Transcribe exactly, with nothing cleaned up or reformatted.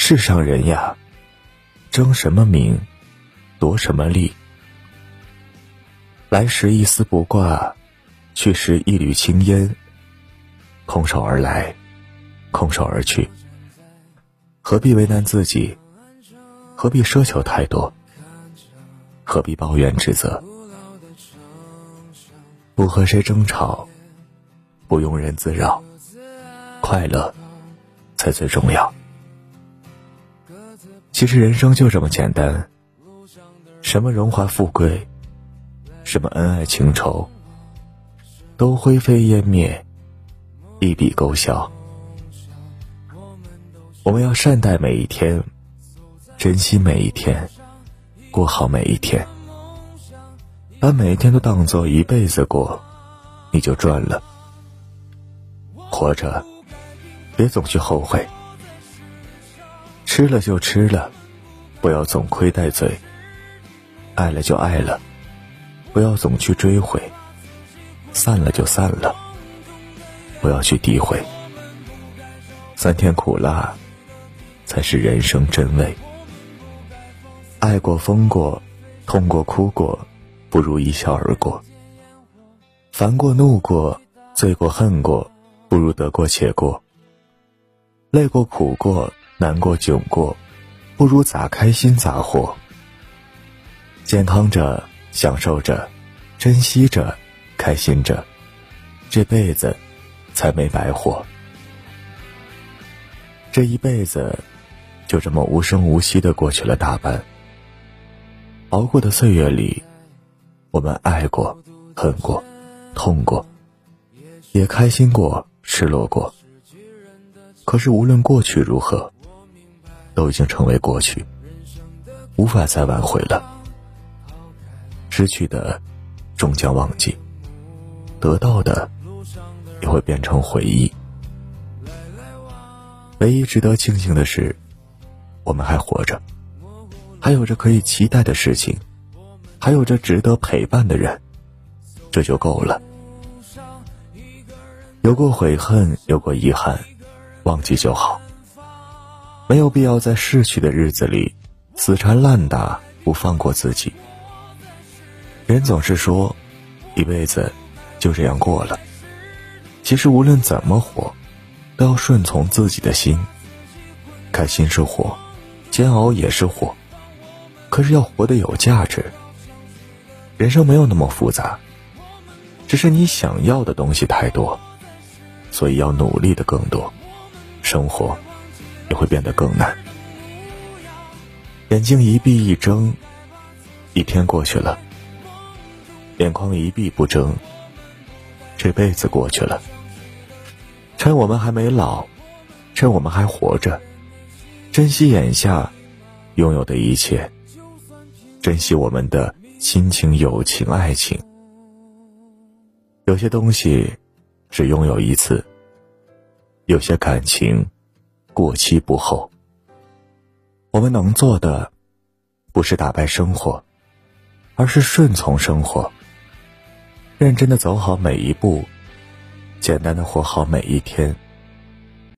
世上人呀，争什么名，夺什么利。来时一丝不挂，去时一缕青烟。空手而来，空手而去。何必为难自己？何必奢求太多？何必抱怨指责？不和谁争吵，不庸人自扰，快乐才最重要。其实人生就这么简单，什么荣华富贵，什么恩爱情仇，都灰飞烟灭，一笔勾销。我们要善待每一天，珍惜每一天，过好每一天，把每一天都当作一辈子过，你就赚了。活着，别总去后悔。吃了就吃了，不要总亏待嘴。爱了就爱了，不要总去追悔。散了就散了，不要去诋毁。酸甜苦辣才是人生真味。爱过疯过，痛过哭过，不如一笑而过。烦过怒过，醉过恨过，不如得过且过。累过苦过，难过窘过，不如咋开心咋活。健康着，享受着，珍惜着，开心着，这辈子才没白活。这一辈子就这么无声无息地过去了大半。熬过的岁月里，我们爱过，恨过，痛过，也开心过，失落过。可是无论过去如何，都已经成为过去，无法再挽回了。失去的终将忘记，得到的也会变成回忆。唯一值得庆幸的是，我们还活着，还有着可以期待的事情，还有着值得陪伴的人，这就够了。有过悔恨，有过遗憾，忘记就好。没有必要在逝去的日子里死缠烂打，不放过自己。人总是说一辈子就这样过了，其实无论怎么活，都要顺从自己的心。开心是活，煎熬也是活，可是要活得有价值。人生没有那么复杂，只是你想要的东西太多，所以要努力的更多，生活也会变得更难。眼睛一闭一睁，一天过去了；眼眶一闭不睁，这辈子过去了。趁我们还没老，趁我们还活着，珍惜眼下拥有的一切，珍惜我们的亲情、友情、爱情。有些东西只拥有一次，有些感情过期不候。我们能做的不是打败生活，而是顺从生活，认真的走好每一步，简单的活好每一天。